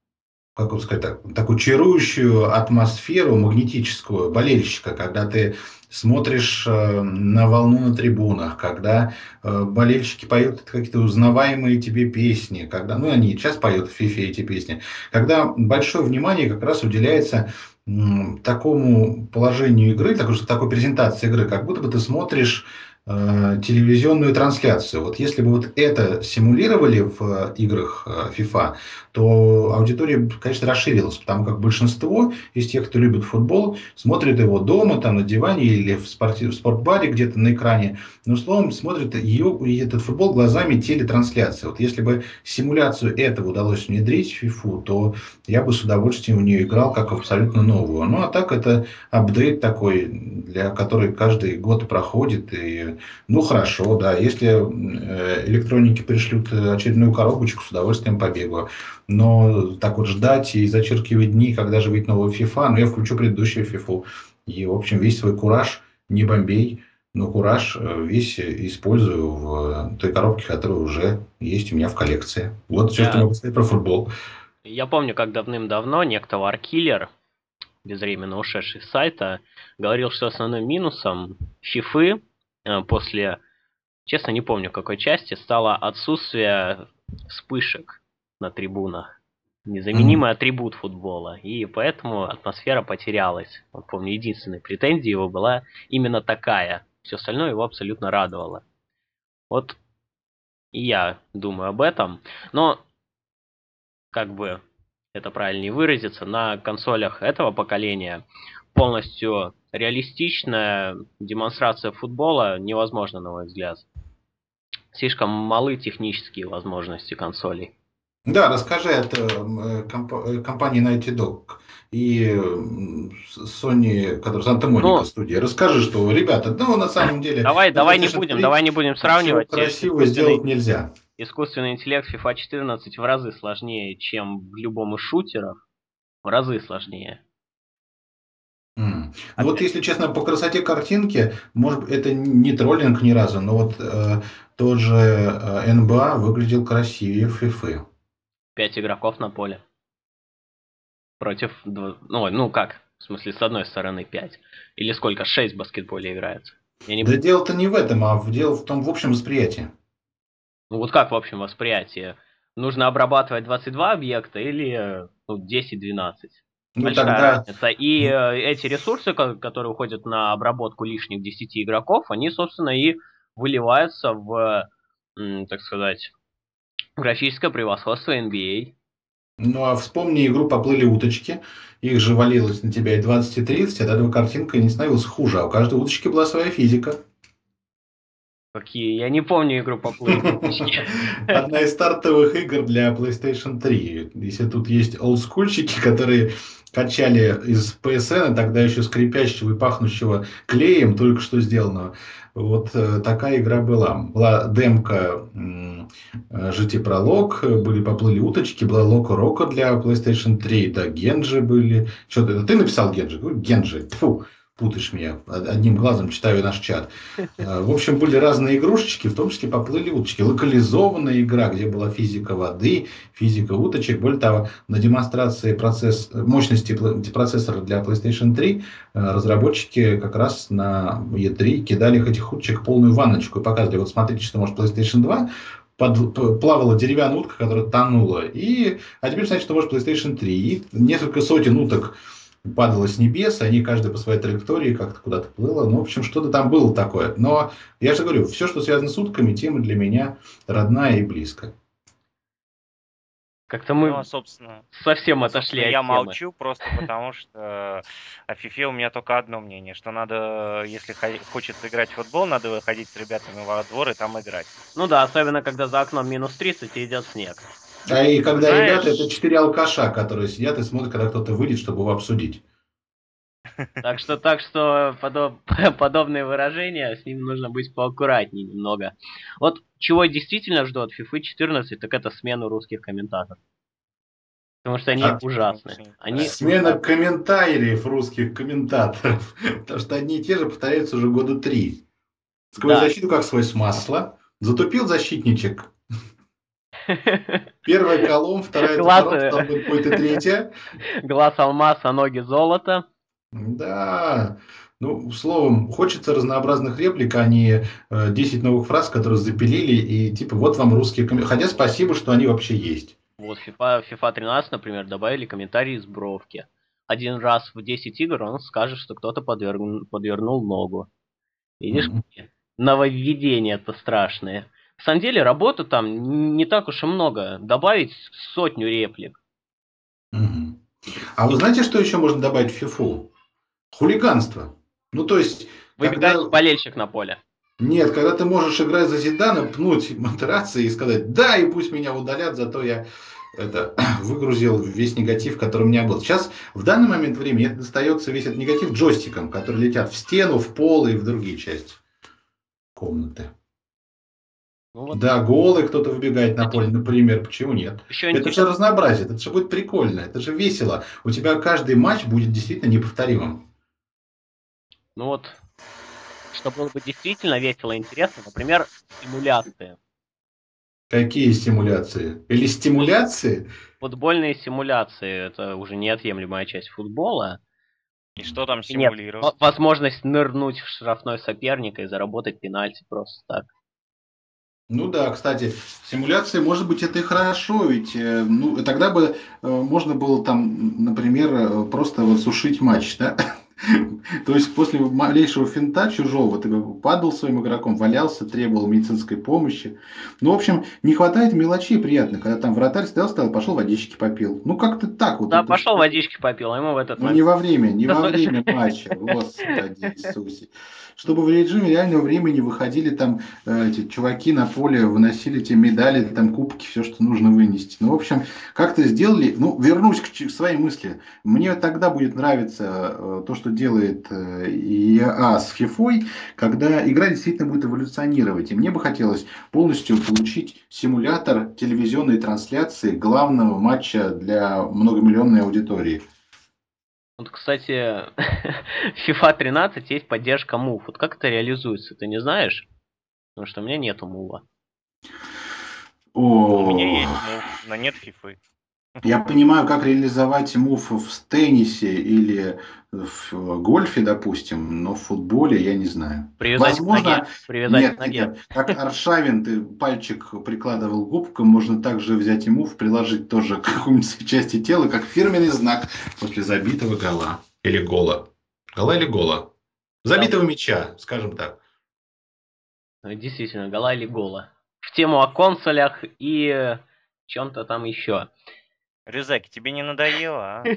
как вот сказать, так, такую чарующую атмосферу магнетическую болельщика, когда ты смотришь э, на волну на трибунах, когда э, болельщики поют какие-то узнаваемые тебе песни, когда, ну, они сейчас поют в фифе эти песни, когда большое внимание как раз уделяется м, такому положению игры, такой, такой презентации игры, как будто бы ты смотришь э, телевизионную трансляцию. Вот если бы вот это симулировали в э, играх э, FIFA, то аудитория, конечно, расширилась, потому как большинство из тех, кто любит футбол, смотрит его дома, там на диване или в, спорти- в спортбаре где-то на экране, но, словом, смотрит ее, этот футбол глазами телетрансляции. Вот если бы симуляцию этого удалось внедрить в FIFA, то я бы с удовольствием в нее играл как в абсолютно новую. Ну, а так это апдейт такой, для который каждый год проходит. И, ну, хорошо, да, если э, электроники пришлют очередную коробочку, с удовольствием побегаю. Но так вот ждать и зачеркивать дни, когда же выйдет новая FIFA, ну, я включу предыдущую FIFA. И, в общем, весь свой кураж, не бомбей, но кураж э, весь использую в той коробке, которая уже есть у меня в коллекции. Вот все, что Я, могу сказать про футбол. я помню, как давным-давно некто Warkiller, безвременно ушедший с сайта, говорил, что основным минусом фифы э, после, честно не помню какой части, стало отсутствие вспышек на трибунах. Мгм. Незаменимый атрибут футбола. И поэтому атмосфера потерялась. Вот помню, единственной претензией его была именно такая. Все остальное его абсолютно радовало. Вот и я думаю об этом. Но, как бы это правильнее выразиться, на консолях этого поколения полностью реалистичная демонстрация футбола невозможна, на мой взгляд. Слишком малы технические возможности консолей. Да, расскажи от э, м, э, комп- э, компании Naughty Dog и м, с- Sony, которая Santa Monica Ну, студия. Расскажи, что, ребята, ну, на самом деле, давай, на давай не PlayStation будем, три давай не будем ничего сравнивать. Э, красивого сделать Искусственный, нельзя. искусственный интеллект FIFA четырнадцать в разы сложнее, чем в любом из шутеров. В разы сложнее. М. Ну вот, Опять, если честно, по красоте картинки, может быть, это не троллинг ни разу, но вот э, тот же э, эн бэ а выглядел красивее FIFA. пять игроков на поле. Против... дв- Ну, ну как? В смысле, с одной стороны пять. Или сколько? шесть в баскетболе играется. Я не... Да дело-то не в этом, а в дело в том, в общем восприятии. Ну вот как в общем восприятии? Нужно обрабатывать двадцать два объекта или э, ну, десять-двенадцать? Ну Большая тогда, разница. И э, эти ресурсы, ко- которые уходят на обработку лишних десяти игроков, они, собственно, и выливаются в, м, так сказать, графическое превосходство эн би эй. ну а вспомни игру «Поплыли уточки». Их же валилось на тебя и двадцать, и тридцать, от этого картинка не становилась хуже, а у каждой уточки была своя физика. Какие? Я не помню игру «Поплыли уточки». Одна из стартовых игр для PlayStation три. Если тут есть олдскульщики, которые качали из пи эс эн, тогда еще скрипящего и пахнущего клеем, только что сделанного. Вот э, такая игра была. Была демка м, э, жи ти Пролог, были поплыли уточки, была Локо Роко для PlayStation три, да, Генджи были. Что-то это ты написал Генджи? Говорю, Генджи. Тьфу, путаешь меня. Одним глазом читаю наш чат. Э, В общем, были разные игрушечки, в том числе поплыли уточки. Локализованная игра, где была физика воды, физика уточек. Более того, на демонстрации процесс, мощности пл- процессора для PlayStation три э, разработчики как раз на и три кидали этих уточек в полную ванночку и показывали, вот смотрите, что может PlayStation два. Под, п- плавала деревянная утка, которая тонула. И, а теперь, значит, что может PlayStation три. И несколько сотен уток падала с небес, они каждый по своей траектории как-то куда-то плыло. Ну, в общем, что-то там было такое. Но я же говорю, все, что связано с утками, тема для меня родная и близкая. Как-то Ну, а, мы собственно, совсем а, отошли собственно, от я темы. молчу просто потому, что о фифе у меня только одно мнение, что надо, если хо- хочется играть в футбол, надо выходить с ребятами во двор и там играть. Ну да, особенно когда за окном минус тридцать и идет снег. А и Ты когда ребята, это знаешь, четыре алкаша, которые сидят и смотрят, когда кто-то выйдет, чтобы его обсудить. Так что, так что подоб- подобные выражения, с ним нужно быть поаккуратнее немного. Вот чего я действительно жду от FIFA четырнадцать, так это смену русских комментаторов. Потому что а они что А тебе почему ужасны. больше не Они понравилось? смена ужасны. комментариев русских комментаторов. Потому что одни и те же повторяются уже года три. Сквозь Да. защиту, как сквозь масло. Затупил защитничек. Первая колом, вторая Глаз, топором, э, стал быть, будет и третья. глаз алмаз, а ноги золото. Да. Ну, словом, хочется разнообразных реплик, а не э, десять новых фраз, которые запилили, и типа вот вам русские комментарии. Хотя спасибо, что они вообще есть. Вот FIFA, FIFA тринадцать, например, добавили комментарии из бровки. Один раз в десять игр он скажет, что кто-то подверн- подвернул ногу. Видишь, Мгм. какие нововведения-то страшные. На самом деле, работы там не так уж и много. Добавить сотню реплик. Мгм. И А вы прикрутить. знаете, что еще можно добавить в фифу? Хулиганство. Ну, то есть, когда... Выбегающий болельщик на поле. Нет, когда ты можешь играть за Зидана, пнуть Матераци и сказать, да, и пусть меня удалят, зато я это, выгрузил весь негатив, который у меня был. Сейчас, в данный момент времени, это достается весь этот негатив джойстиком, которые летят в стену, в пол и в другие части комнаты. Ну вот, Да, голый кто-то выбегает на кстати, поле, например, почему нет? еще Это же интересно. разнообразие, это же будет прикольно, это же весело. У тебя каждый матч будет действительно неповторимым. Ну вот, что было бы действительно весело и интересно, например, симуляции. Какие стимуляции? Или стимуляции? Футбольные симуляции — это уже неотъемлемая часть футбола. И что там И нет, симулировать? во- возможность нырнуть в штрафной соперника и заработать пенальти просто так. Ну да, кстати, симуляции, может быть, это и хорошо, ведь э, ну, тогда бы э, можно было там, например, э, просто вот сушить матч, да? То есть после малейшего финта чужого ты бы падал своим игроком, валялся, требовал медицинской помощи. Ну, в общем, не хватает мелочей приятных, когда там вратарь стоял, стоял, пошел водички попил. Ну, как-то так вот. Да, Это ж пошел водички попил, а ему в этот ну, не момент... во время, не во время матча, Господи Иисусе. Чтобы в режиме реального времени выходили там э, эти чуваки на поле, выносили те медали, там кубки, все, что нужно вынести. Ну, в общем, как-то сделали, ну, вернусь к ч- своей мысли. Мне тогда будет нравиться э, то, что делает э, и а с фифой, когда игра действительно будет эволюционировать. И мне бы хотелось полностью получить симулятор телевизионной трансляции главного матча для многомиллионной аудитории. Вот, кстати, в FIFA тринадцать есть поддержка мув. Вот как это реализуется, ты не знаешь? Потому что у меня нету мува. У меня О, есть мув, но нет фифы. я понимаю, как реализовать мув в теннисе или в гольфе, допустим, но в футболе я не знаю. Привязать к ноге. Возможно, Привязать к нет, ноге. нет, как Аршавин, ты пальчик прикладывал к губкам, можно также взять и мув, приложить тоже к какой-нибудь части тела, как фирменный знак после забитого гола. Или гола. Гола или гола? Да, Забитого мяча, скажем так. действительно, гола или гола. В тему о консолях и чем-то там еще. Рюзаки, тебе не надоело, а?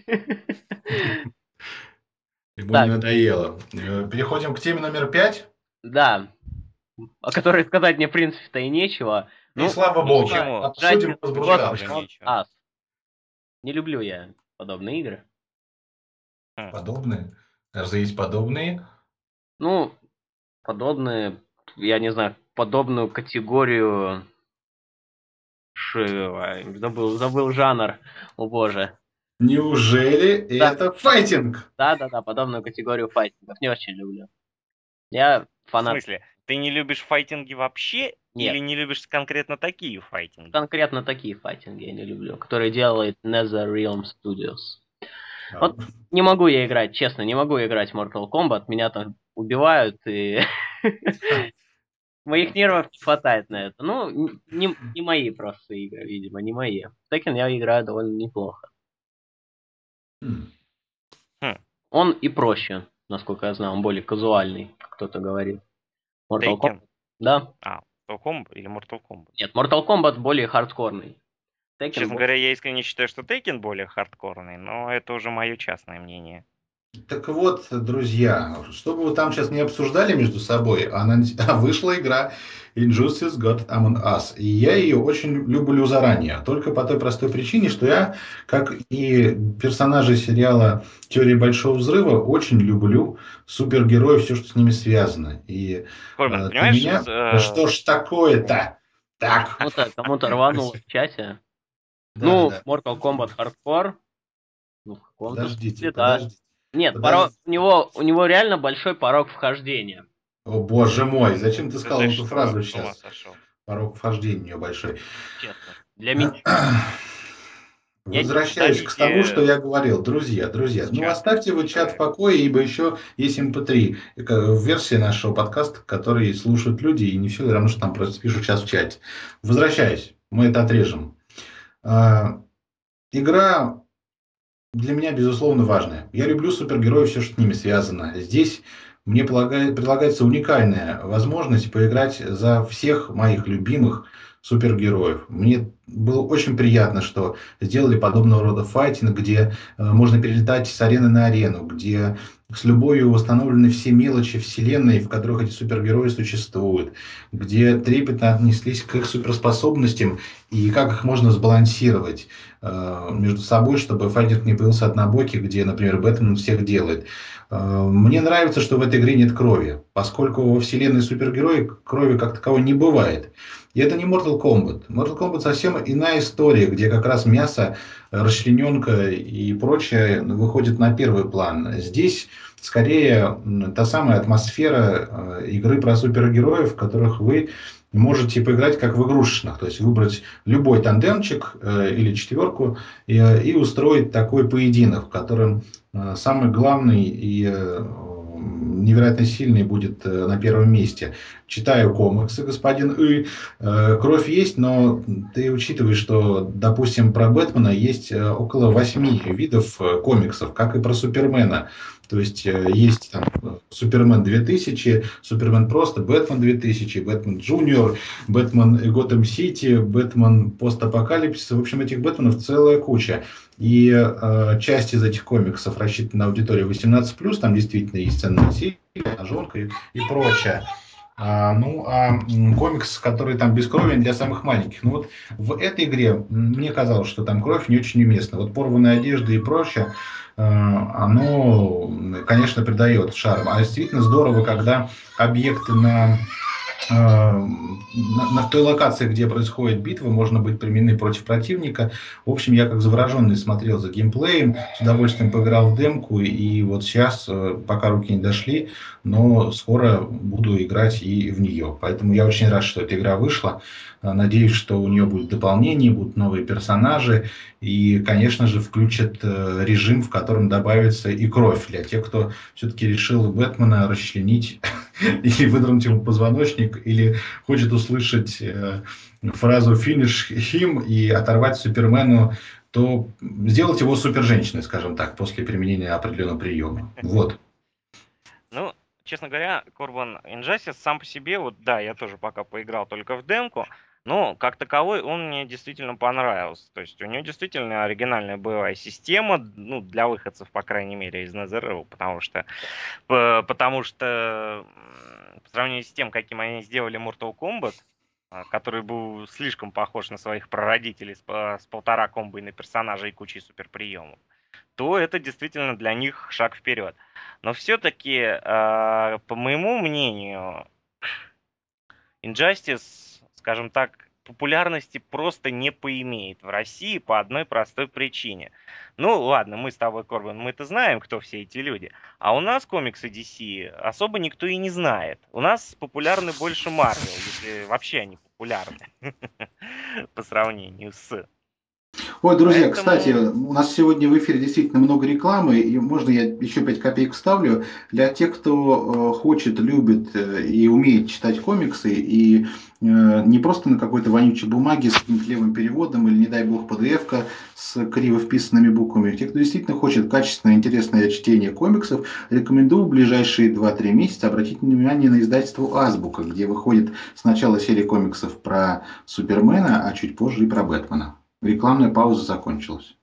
Ему не Так, надоело. Э, Переходим к теме номер пять. да, о которой сказать мне, в принципе-то, и нечего. И Ну, слава Ну богу. FIFA почему? Обсудим Judgment Почему God же возбуждалочку. Among нечего? Us. Не люблю я подобные игры. Хм. Подобные. Разве есть подобные? Ну, подобные, я не знаю, подобную категорию... Ш... Забыл, забыл жанр. О боже. Неужели Да, это файтинг? да, да, да, подобную категорию файтингов не очень люблю. Я В фанат. смысле, ты не любишь файтинги вообще или Нет, не любишь конкретно такие файтинги? конкретно такие файтинги я не люблю, которые делает NetherRealm Studios. А, Вот не могу я играть, честно, не могу играть в Mortal Kombat, меня там убивают, и моих нервов не хватает на это. Ну, н- не, не мои просто игры, видимо, не мои. Tekken я играю довольно неплохо. м. Хм. Он и проще, насколько я знаю, он более казуальный, как кто-то говорит. Mortal Kombat, Taken? да? А, Mortal Kombat или Mortal Kombat? Нет, Mortal Kombat более хардкорный. Tekken Честно бо- говоря, я искренне считаю, что Tekken более хардкорный, но это уже мое частное мнение. Так вот, друзья, что бы вы там сейчас не обсуждали между собой, анонс- а вышла игра Injustice God Among Us. И я ее очень люблю заранее. Только по той простой причине, что я, как и персонажи сериала «Теория Большого Взрыва», очень люблю супергероев, все, что с ними связано. И Корбан, э, для понимаешь, меня, с, да э, что ж такое-то? Так. Кому-то, кому-то рвануло в чате. Да, Ну, да. Mortal Kombat Hardcore, ну, в каком-то Подождите, смысле, да. подождите. Нет, порог, Подождите. у него, у него реально большой порог вхождения. О, боже мой, зачем ты да сказал ты эту что, фразу с ума сейчас? сошел. Порог вхождения у нее большой. Честно. Для меня. Я не- Возвращаюсь к тому, что Удалите я говорил. Друзья, друзья, с ну чата оставьте вы чат в человека. покое, ибо еще есть эм пэ три, э, версия нашего подкаста, который слушают люди, и не все равно, что там просто пишут сейчас в чате. Возвращаюсь, мы это отрежем. А, игра для меня, безусловно, важная. Я люблю супергероев, все, что с ними связано. Здесь мне полагает- предлагается уникальная возможность поиграть за всех моих любимых супергероев. Мне было очень приятно, что сделали подобного рода файтинг, где э, можно перелетать с арены на арену, где с любовью восстановлены все мелочи вселенной, в которых эти супергерои существуют, где трепетно отнеслись к их суперспособностям и как их можно сбалансировать э, между собой, чтобы файтинг не появился однобокий, где, например, Бэтмен всех делает. Э, Мне нравится, что в этой игре нет крови, поскольку во вселенной супергероев крови как таковой не бывает. И это не Mortal Kombat. Mortal Kombat совсем иная история, где как раз мясо, расчлененка и прочее выходит на первый план. Здесь скорее м, та самая атмосфера э, игры про супергероев, в которых вы можете поиграть как в игрушечных, то есть выбрать любой тандемчик э, или четверку и, э, и устроить такой поединок, в котором э, самый главный и э, невероятно сильный будет э, на первом месте. Читаю комиксы, господин И. Э, кровь есть, но ты учитываешь, что, допустим, про Бэтмена есть э, около восьми видов э, комиксов, как и про Супермена. То есть э, есть там э, Супермен две тысячи, Супермен просто, Бэтмен две тысячи, Бэтмен Джуниор, Бэтмен Готэм Сити, Бэтмен Постапокалипсис. В общем, этих Бэтменов целая куча. И э, часть из этих комиксов рассчитана на аудиторию восемнадцать плюс, там действительно есть сцены насилия, ножовка и, и прочее. А, ну, а м, комикс, который там бескровен для самых маленьких. Ну вот в этой игре м, мне казалось, что там кровь не очень уместна. Вот порванная одежда и прочее, э, оно, м, конечно, придает шарм. А действительно здорово, когда объекты на э, на, на той локации, где происходит битва, можно быть применены против противника. В общем, я как завороженный смотрел за геймплеем, с удовольствием поиграл в демку, и вот сейчас, э, пока руки не дошли, но скоро буду играть и в нее. Поэтому я очень рад, что эта игра вышла. Э, Надеюсь, что у нее будет дополнение, будут новые персонажи, и, конечно же, включат э, режим, в котором добавится и кровь для тех, кто все-таки решил Бэтмена расчленить или выдернуть ему позвоночник, или хочет услышать э, фразу «финиш хим» и оторвать Супермену, то сделать его супер-женщиной, скажем так, после применения определенного приема. Вот. Ну, честно говоря, Корбан Injustice сам по себе, вот да, я тоже пока поиграл только в демку, но как таковой он мне действительно понравился. То есть у него действительно оригинальная боевая система, ну, для выходцев, по крайней мере, из NetherRealm, потому что, п- потому что м, по сравнению с тем, каким они сделали Mortal Kombat, а, который был слишком похож на своих прародителей с, по- с полтора комбойной персонажа и кучей суперприемов, то это действительно для них шаг вперед. Но все-таки, по моему мнению, Injustice, скажем так, популярности просто не поимеет в России по одной простой причине. Ну ладно, мы с тобой, Корбан, мы-то знаем, кто все эти люди. А у нас комиксы ди си особо никто и не знает. У нас популярны больше Marvel, если вообще они популярны по сравнению с. Ой, друзья, кстати, Поэтому у нас сегодня в эфире действительно много рекламы, и можно я еще пять копеек вставлю. Для тех, кто э, хочет, любит э, и умеет читать комиксы, и э, не просто на какой-то вонючей бумаге с каким-то левым переводом, или, не дай бог, пи ди эф-ка с криво вписанными буквами. Те, кто действительно хочет качественное, интересное чтение комиксов, рекомендую в ближайшие два-три месяца обратить внимание на издательство «Азбука», где выходит сначала серия комиксов про Супермена, а чуть позже и про Бэтмена. Рекламная пауза закончилась.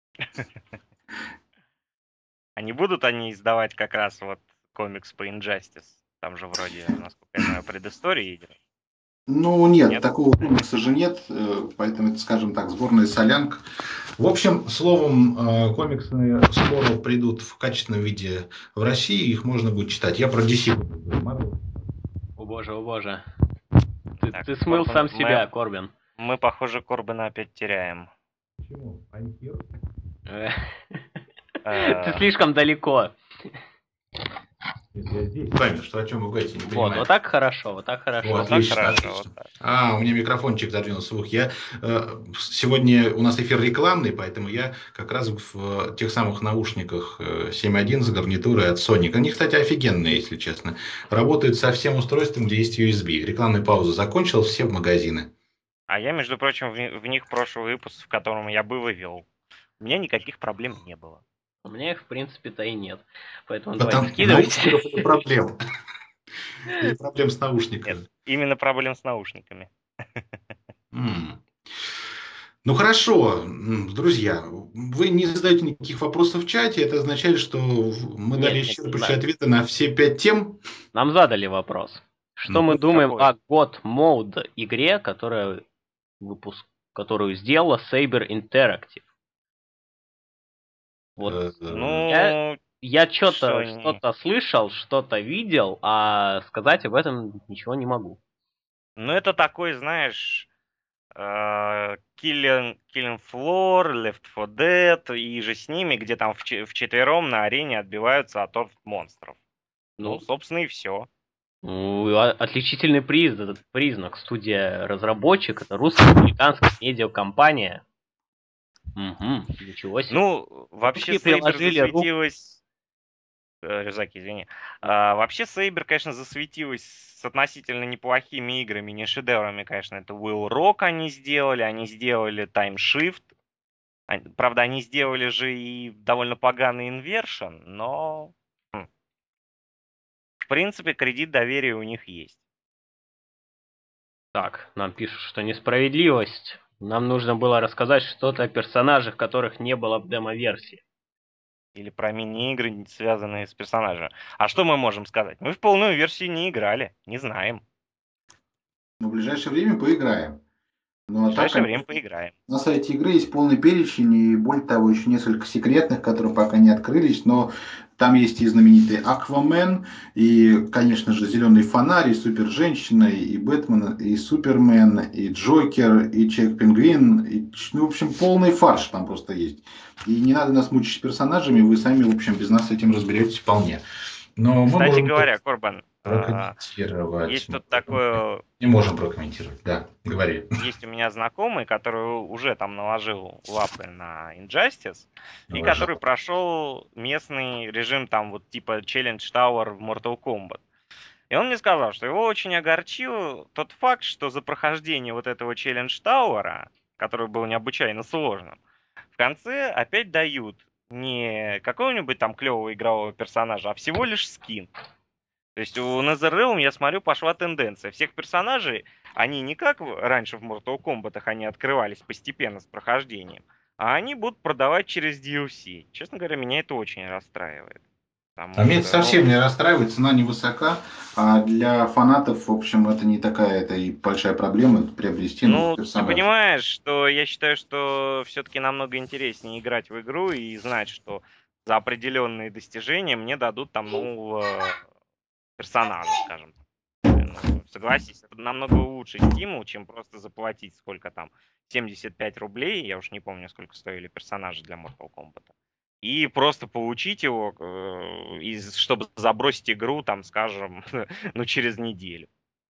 А не будут они издавать как раз вот комикс по Injustice? Там же вроде, насколько я знаю, предыстория идет. Ну, нет, Нет? такого комикса же нет, э, поэтому это, скажем так, сборная солянка. В общем, словом, э, комиксы скоро придут в качественном виде в России, их можно будет читать. Я про ди си буду говорить, Marvel. О боже, о боже. Ты, Так, ты смыл Корбан, сам себя, мы, Корбин. мы, похоже, Корбана опять теряем. Почему? I'm here. Э, Ты Э, слишком далеко. Если я здесь. С вами, что о чем вы говорите, не Вот, понимаю. вот так хорошо, вот так О, хорошо. Вот так отлично, хорошо, отлично. вот так. А, у меня микрофончик задвинулся в ух. Я, э, сегодня у нас эфир рекламный, поэтому я как раз в тех самых наушниках э, семь один с гарнитурой от Sony. Они, кстати, офигенные, если честно. Работают со всем устройством, где есть ю эс би. Рекламная пауза закончилась, все в магазины. А я, между прочим, в, ни- в них прошлый выпуск, в котором я бы вывел, у меня никаких проблем не было. У меня их, в принципе-то, и нет. Поэтому давайте Потому скидывайте. наушников или проблем? Или проблем с Нет, наушниками? именно проблем с наушниками. М. Ну хорошо, м, друзья, вы не задаете никаких вопросов в чате, это означает, что в- мы дали Нет, нет, исчерпывающие да. ответы на все пять тем. Нам задали вопрос. Что Ну, мы думаем Какой? о God Mode игре, которая выпуск, которую сделала Saber Interactive? Вот э, я, Ну, я что что-то не... что-то слышал, что-то видел, а сказать об этом ничего не могу. Ну, это такой, знаешь, э, Killing, Killing Floor, Left four Dead и же с ними, где там вч- вчетвером на арене отбиваются от орд монстров. Ну, Ну, собственно, и все. ну, а- отличительный приз, этот признак. Студия-разработчик, это русско-американская медиакомпания. Угу, ничего себе. Ну, вообще Русские Сейбер приложили руку. засветилась... э, Рюкзаки, извини. А, вообще Сейбер, конечно, засветилась с относительно неплохими играми, не шедеврами, конечно. Это Will Rock они сделали, они сделали Time Shift. Ань- Правда, они сделали же и довольно поганый инвершн, но хм, в принципе кредит доверия у них есть. Так, нам пишут, что несправедливость. Нам нужно было рассказать что-то о персонажах, которых не было в демо-версии. Или про мини-игры, связанные с персонажем. А что мы можем сказать? Мы в полную версию не играли, не знаем. Но в ближайшее время поиграем. В Ну а так, ближайшее время конечно, поиграем. на сайте игры есть полный перечень, и более того, еще несколько секретных, которые пока не открылись, но там есть и знаменитый Аквамен, и, конечно же, Зеленый фонарь, и Супер-женщина, и Бэтмен, и Супермен, и Джокер, и Человек-пингвин, и, ну, в общем, полный фарш там просто есть. И не надо нас мучить с персонажами, вы сами, в общем, без нас с этим разберетесь вполне. Но мы Кстати можем только говоря, Корбан, а, прокомментировать. есть Мы тут такое, не можем прокомментировать, да, говори. есть у меня знакомый, который уже там наложил лапы на Injustice, и Наложил. который прошел местный режим там вот типа Challenge Tower в Mortal Kombat. И он мне сказал, что его очень огорчил тот факт, что за прохождение вот этого Challenge Tower, который был необычайно сложным, в конце опять дают не какого-нибудь там клевого игрового персонажа, а всего лишь скин. То есть у NetherRealm, я смотрю, пошла тенденция. Всех персонажей, они не как в- раньше в Mortal Kombat, они открывались постепенно с прохождением, а они будут продавать через ди эл си. Честно говоря, меня это очень расстраивает. А Потому меня это что, ну, совсем не расстраивает, цена невысока, а для фанатов, в общем, это не такая это и большая проблема приобрести новых ну, ты персонажей. понимаешь, что я считаю, что все-таки намного интереснее играть в игру и знать, что за определенные достижения мне дадут там нового персонажа, скажем так. Ну, согласись, это намного лучший стимул, чем просто заплатить сколько там, семьдесят пять рублей, я уж не помню, сколько стоили персонажи для Mortal Kombat. И просто получить его, э, и чтобы забросить игру, там, скажем, ну, через неделю.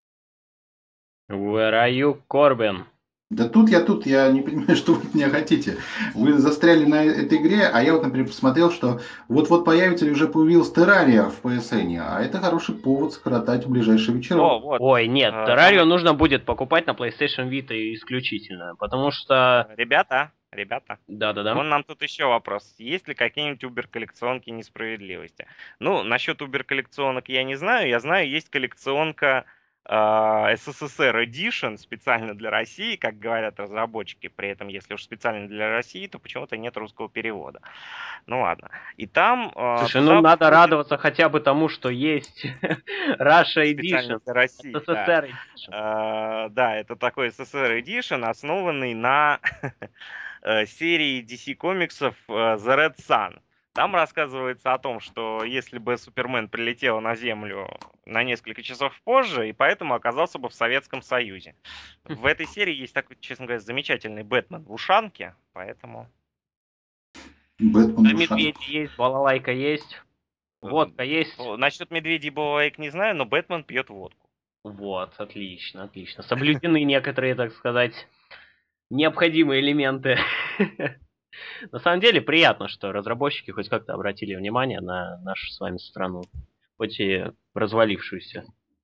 Where are you, Корбин? Да тут я тут, я не понимаю, что вы от меня хотите. Вы застряли на этой игре, а я вот, например, посмотрел, что вот-вот появится или уже появилась Террария в пи эс эн, а это хороший повод скоротать ближайший О, вечерок. вот, Ой, нет, э, Террарию там, нужно будет покупать на PlayStation Vita исключительно, потому что... э, ребята, ребята, Да-да-да. вон нам тут еще вопрос. Есть ли какие-нибудь убер-коллекционки несправедливости? Ну, насчет убер-коллекционок я не знаю. Я знаю, есть коллекционка эс эс эс эр Edition специально для России, как говорят разработчики. При этом, если уж специально для России, то почему-то нет русского перевода. Ну ладно. И там э, Слушай, ну туда надо входит радоваться хотя бы тому, что есть Russia специально Edition, для России, да. эс эс эр Edition. Э, да, это такой эс эс эр Edition, основанный на э, серии ди си комиксов э, The Red Sun. Там рассказывается о том, что если бы Супермен прилетел на Землю на несколько часов позже, и поэтому оказался бы в Советском Союзе. В этой серии есть такой, честно говоря, замечательный Бэтмен в ушанке, поэтому... Бэтмен Да, в ушанке. медведи есть, балалайка есть, водка есть. Насчет медведей балалайк не знаю, но Бэтмен пьет водку. Вот, отлично, отлично. Соблюдены некоторые, так сказать, необходимые элементы. На самом деле приятно, что разработчики хоть как-то обратили внимание на нашу с вами страну, хоть и развалившуюся.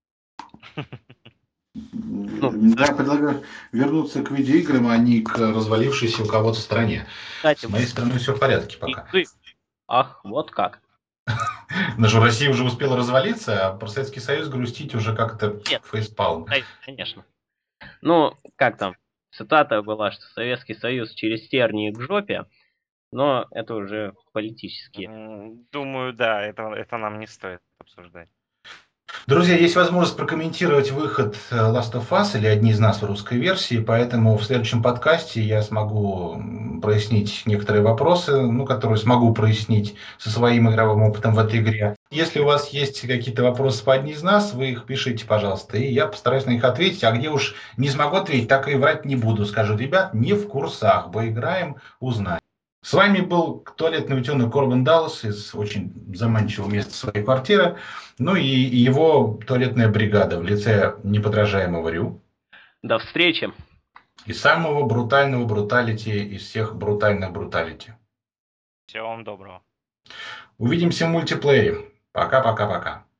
Я предлагаю вернуться к видеоиграм, а не к развалившейся у кого-то стране. Кстати, С моей стороны все в порядке пока. Ах, вот как. Наша Россия уже успела развалиться, а про Советский Союз грустить уже как-то фейспалм. Конечно. Ну, как там, цитата была, что Советский Союз через тернии к жопе, но это уже политически. Думаю, да, это, это нам не стоит обсуждать. Друзья, есть возможность прокомментировать выход Last of Us или одни из нас в русской версии, поэтому в следующем подкасте я смогу прояснить некоторые вопросы, ну, которые смогу прояснить со своим игровым опытом в этой игре. Если у вас есть какие-то вопросы по одни из нас, вы их пишите, пожалуйста, и я постараюсь на них ответить, а где уж не смогу ответить, так и врать не буду. Скажу, ребят, не в курсах, поиграем, узнаем. С вами был туалетный утенок Корбен Даллас из очень заманчивого места своей квартиры. Ну и его туалетная бригада в лице неподражаемого Рю. До встречи. И самого брутального бруталити из всех брутальных бруталити. Всего вам доброго. Увидимся в мультиплеере. Пока-пока-пока.